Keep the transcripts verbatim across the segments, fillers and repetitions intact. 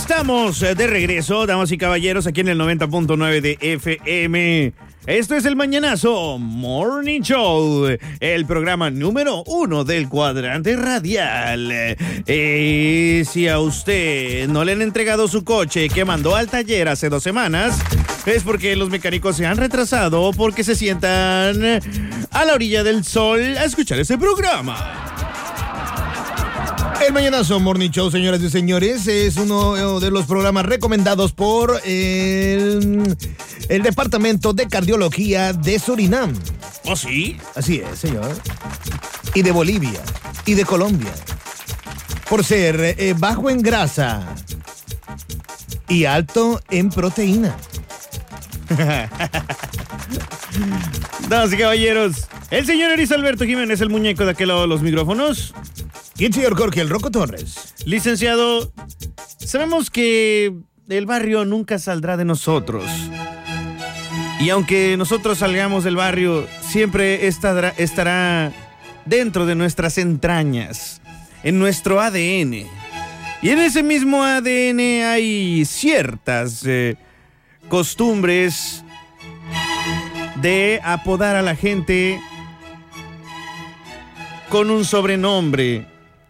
Estamos de regreso, damas y caballeros, aquí en el noventa punto nueve de F M. Esto es el Mañanazo Morning Show, el programa número uno del cuadrante radial. Eh, si a usted no le han entregado su coche que mandó al taller hace dos semanas, es porque los mecánicos se han retrasado o porque se sientan a la orilla del sol a escuchar este programa. El Mañanazo Morning Show, señoras y señores, es uno de los programas recomendados por el, el Departamento de Cardiología de Surinam. ¿Oh, sí? Así es, señor. Y de Bolivia. Y de Colombia. Por ser eh, bajo en grasa y alto en proteína. Damas y caballeros, el señor Eris Alberto Jiménez, el muñeco de aquel lado de los micrófonos. Y el señor Jorge El Roco Torres. Licenciado, sabemos que el barrio nunca saldrá de nosotros. Y aunque nosotros salgamos del barrio, siempre estará, estará dentro de nuestras entrañas, en nuestro A D N. Y en ese mismo A D N hay ciertas eh, costumbres de apodar a la gente con un sobrenombre.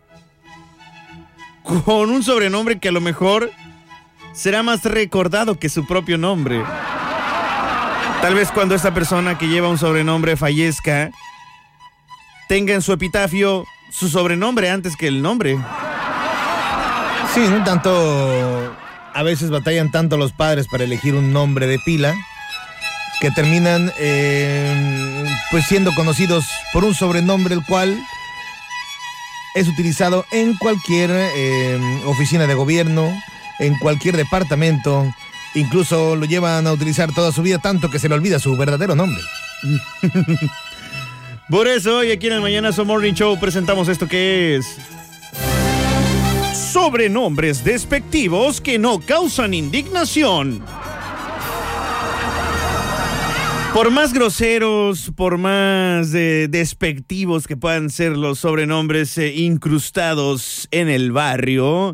Con un sobrenombre que a lo mejor será más recordado que su propio nombre. Tal vez cuando esta persona que lleva un sobrenombre fallezca, tenga en su epitafio su sobrenombre antes que el nombre. Sí, un tanto... A veces batallan tanto los padres para elegir un nombre de pila que terminan eh, pues siendo conocidos por un sobrenombre el cual es utilizado en cualquier eh, oficina de gobierno, en cualquier departamento, incluso lo llevan a utilizar toda su vida tanto que se le olvida su verdadero nombre. Por eso hoy aquí en el Mañanazo Morning Show presentamos esto que es sobrenombres despectivos que no causan indignación. Por más groseros, por más eh, despectivos que puedan ser los sobrenombres eh, incrustados en el barrio,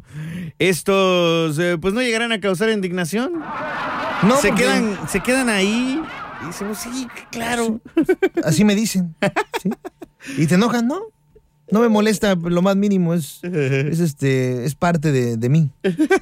estos eh, pues no llegarán a causar indignación. No, se quedan, se quedan ahí y decimos, sí, claro. Así me dicen. ¿Sí? Y te enojan, ¿no? No me molesta lo más mínimo, es, es, este, es parte de, de mí.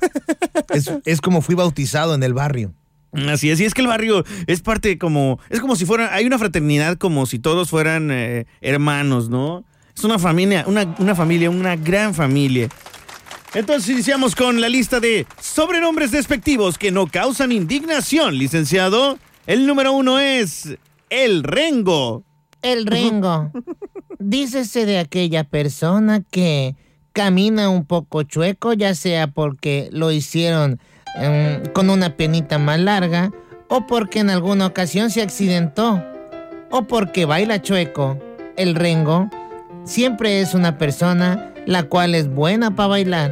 Es, es como fui bautizado en el barrio. Así es, y es que el barrio es parte como, es como si fuera, hay una fraternidad como si todos fueran eh, hermanos, ¿no? Es una familia, una, una familia, una gran familia. Entonces iniciamos con la lista de sobrenombres despectivos que no causan indignación, licenciado. El número uno es el Rengo. El Rengo. Dícese de aquella persona que camina un poco chueco, ya sea porque lo hicieron Um, con una piernita más larga, o porque en alguna ocasión se accidentó, o porque baila chueco. El Rengo siempre es una persona la cual es buena para bailar.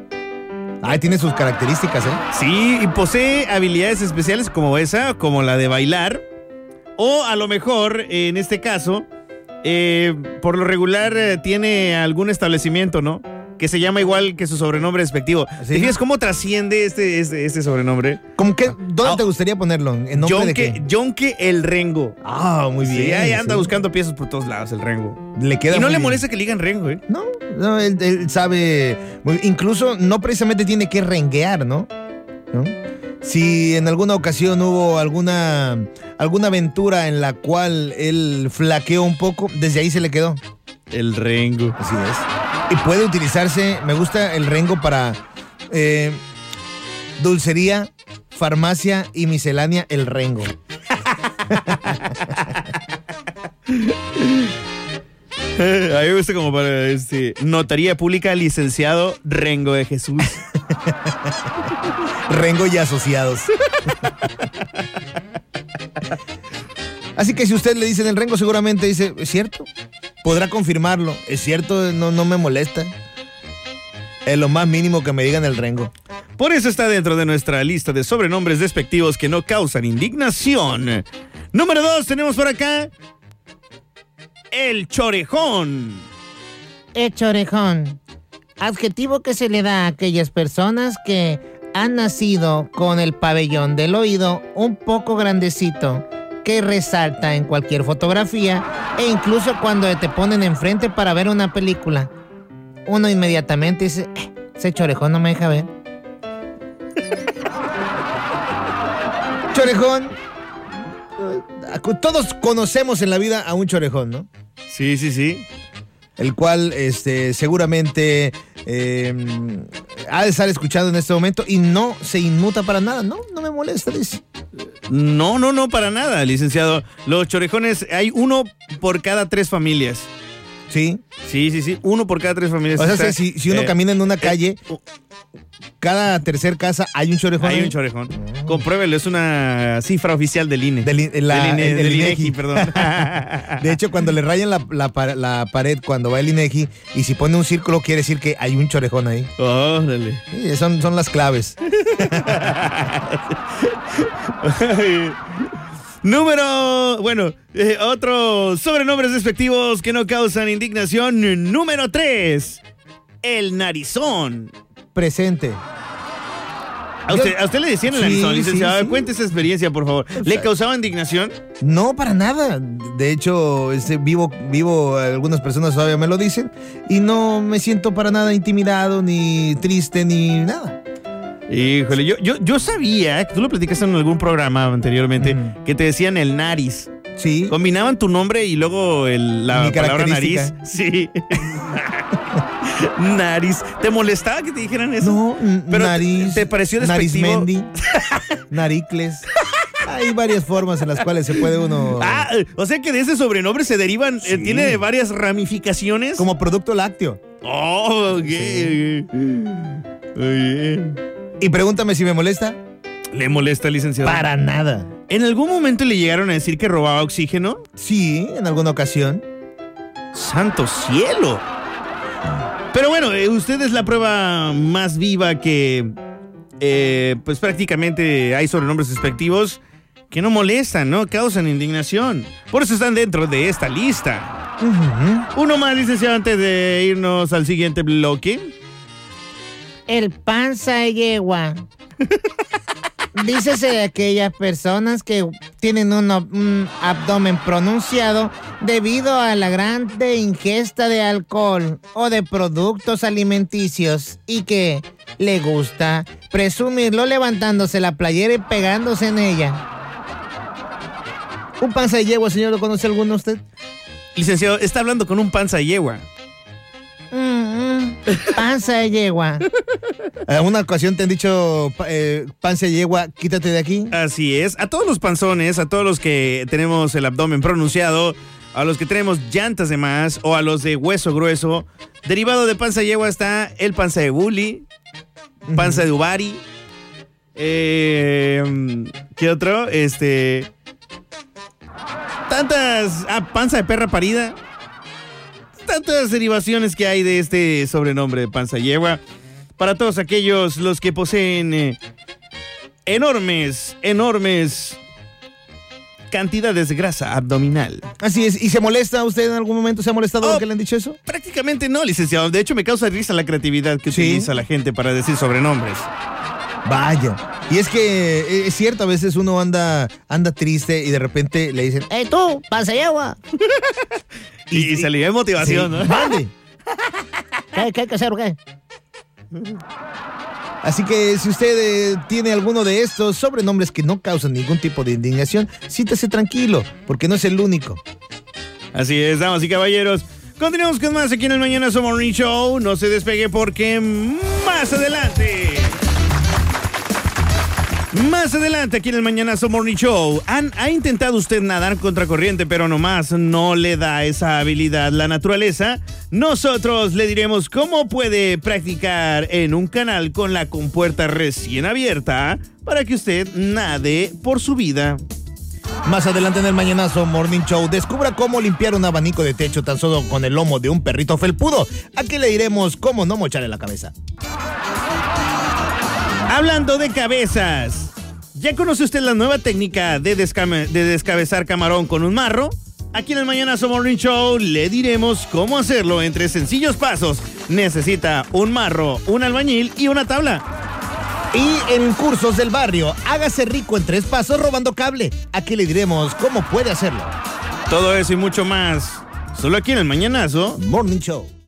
Ah, tiene sus características, ¿eh? Sí, y posee habilidades especiales como esa, como la de bailar, o a lo mejor, en este caso, eh, por lo regular eh, tiene algún establecimiento, ¿no? Que se llama igual que su sobrenombre despectivo. ¿Sí? ¿Te fijas cómo trasciende este, este, este sobrenombre? ¿Cómo que, ¿Dónde ah, te gustaría ponerlo? ¿En nombre Yonke, de qué? Yonke el Rengo. Ah, muy bien. Sí, ahí anda sí. buscando piezas por todos lados el Rengo. Le queda y no le bien. molesta que le digan Rengo, ¿eh? No, no él, él sabe... Incluso no precisamente tiene que renguear, ¿no? ¿no? Si en alguna ocasión hubo alguna, alguna aventura en la cual él flaqueó un poco, desde ahí se le quedó. El Rengo. Así es. Y puede utilizarse, me gusta el Rengo para eh, dulcería, farmacia y miscelánea, el Rengo. A mí me gusta como para este, notaría pública, licenciado Rengo de Jesús. Rengo y asociados. Así que si usted le dicen el Rengo, seguramente dice, ¿es cierto? Podrá confirmarlo. Es cierto, no, no me molesta. Es lo más mínimo que me digan el Rengo. Por eso está dentro de nuestra lista de sobrenombres despectivos que no causan indignación. Número dos, tenemos por acá el Chorejón. El Chorejón. Adjetivo que se le da a aquellas personas que ha nacido con el pabellón del oído un poco grandecito que resalta en cualquier fotografía e incluso cuando te ponen enfrente para ver una película. Uno inmediatamente dice, eh, ese chorejón no me deja ver. Chorejón. Todos conocemos en la vida a un chorejón, ¿no? Sí, sí, sí. El cual este, seguramente eh, ha de estar escuchando en este momento y no se inmuta para nada, ¿no? No me molesta, dice. No, no, no, para nada, licenciado. Los chorejones, hay uno por cada tres familias. ¿Sí? Sí, sí, sí, uno por cada tres familias. O sea, Está, si, si uno eh, camina en una calle, eh, cada tercer casa hay un chorejón. Hay ahí. un chorejón. Oh. Compruébelo, es una cifra oficial del I N E. Del, la, del, I N E, el, del el INEGI, INEGI, perdón. De hecho, cuando le rayan la, la, la pared cuando va el INEGI y si pone un círculo, quiere decir que hay un chorejón ahí. Órale. Sí, son, son las claves. Número, bueno, eh, otros sobrenombres despectivos que no causan indignación. Número tres, el narizón. Presente. ¿A usted, ¿A usted le decían el Sí, narizón, licenciado? sí, sí. Cuente esa experiencia, por favor. ¿Le causaba indignación? No, para nada. De hecho, este, vivo, vivo, algunas personas todavía me lo dicen y no me siento para nada intimidado, ni triste, ni nada. Híjole, yo, yo, yo sabía, tú lo platicaste en algún programa anteriormente, mm. que te decían el nariz. Sí. Combinaban tu nombre y luego el, la Mi palabra nariz. Sí. Nariz. ¿Te molestaba que te dijeran eso? No, pero nariz. ¿Te, te pareció despectivo? Narizmendi, naricles. Hay varias formas en las cuales se puede uno... Ah, o sea que de ese sobrenombre se derivan, sí. eh, tiene varias ramificaciones. Como producto lácteo. Oh, ok. Sí. Muy bien. Y pregúntame si me molesta. ¿Le molesta, licenciado? Para nada. ¿En algún momento le llegaron a decir que robaba oxígeno? Sí, en alguna ocasión. ¡Santo cielo! Pero bueno, eh, usted es la prueba más viva que, eh, pues prácticamente hay sobrenombres despectivos que no molestan, ¿no? Causan indignación. Por eso están dentro de esta lista. Uh-huh. Uno más, licenciado, antes de irnos al siguiente bloque. El panza de yegua. Dícese de aquellas personas que tienen un, un abdomen pronunciado debido a la grande ingesta de alcohol o de productos alimenticios y que le gusta presumirlo levantándose la playera y pegándose en ella. ¿Un panza de yegua, señor, lo conoce alguno de usted? Licenciado, está hablando con un panza de yegua. Mm, panza de yegua. ¿En una ocasión te han dicho eh, panza de yegua, quítate de aquí? Así es. A todos los panzones, a todos los que tenemos el abdomen pronunciado, a los que tenemos llantas de más o a los de hueso grueso, derivado de panza de yegua está el panza de bully, panza uh-huh. de uvari. Eh, ¿Qué otro? Este... Tantas... Ah, panza de perra parida. Tantas derivaciones que hay de este sobrenombre de panza yegua. Para todos aquellos los que poseen eh, enormes, enormes cantidades de grasa abdominal. Así es. ¿Y se molesta usted en algún momento? ¿Se ha molestado oh, lo que le han dicho eso? Prácticamente no, licenciado. De hecho, me causa risa la creatividad que ¿Sí? utiliza la gente para decir sobrenombres. Vaya. Y es que es cierto, a veces uno anda anda triste y de repente le dicen, ¡Ey, tú, panza yegua! y, y, y se le da motivación, sí. ¿no? ¡Mande! ¿Qué, ¿Qué hay que hacer o qué? Así que si usted eh, tiene alguno de estos sobrenombres que no causan ningún tipo de indignación, siéntese tranquilo, porque no es el único. Así es, damas y caballeros. Continuamos con más aquí en el Mañanazo Morning Show. No se despegue porque más adelante... Más adelante aquí en el Mañanazo Morning Show. Han, ha intentado usted nadar contra corriente, pero nomás no le da esa habilidad la naturaleza. Nosotros le diremos cómo puede practicar en un canal con la compuerta recién abierta para que usted nade por su vida. Más adelante en el Mañanazo Morning Show, descubra cómo limpiar un abanico de techo tan solo con el lomo de un perrito felpudo. Aquí le diremos cómo no mocharle la cabeza. Hablando de cabezas, ¿ya conoce usted la nueva técnica de, descame, de descabezar camarón con un marro? Aquí en el Mañanazo Morning Show le diremos cómo hacerlo en tres sencillos pasos. Necesita un marro, un albañil y una tabla. Y en Cursos del Barrio, hágase rico en tres pasos robando cable. Aquí le diremos cómo puede hacerlo. Todo eso y mucho más, solo aquí en el Mañanazo Morning Show.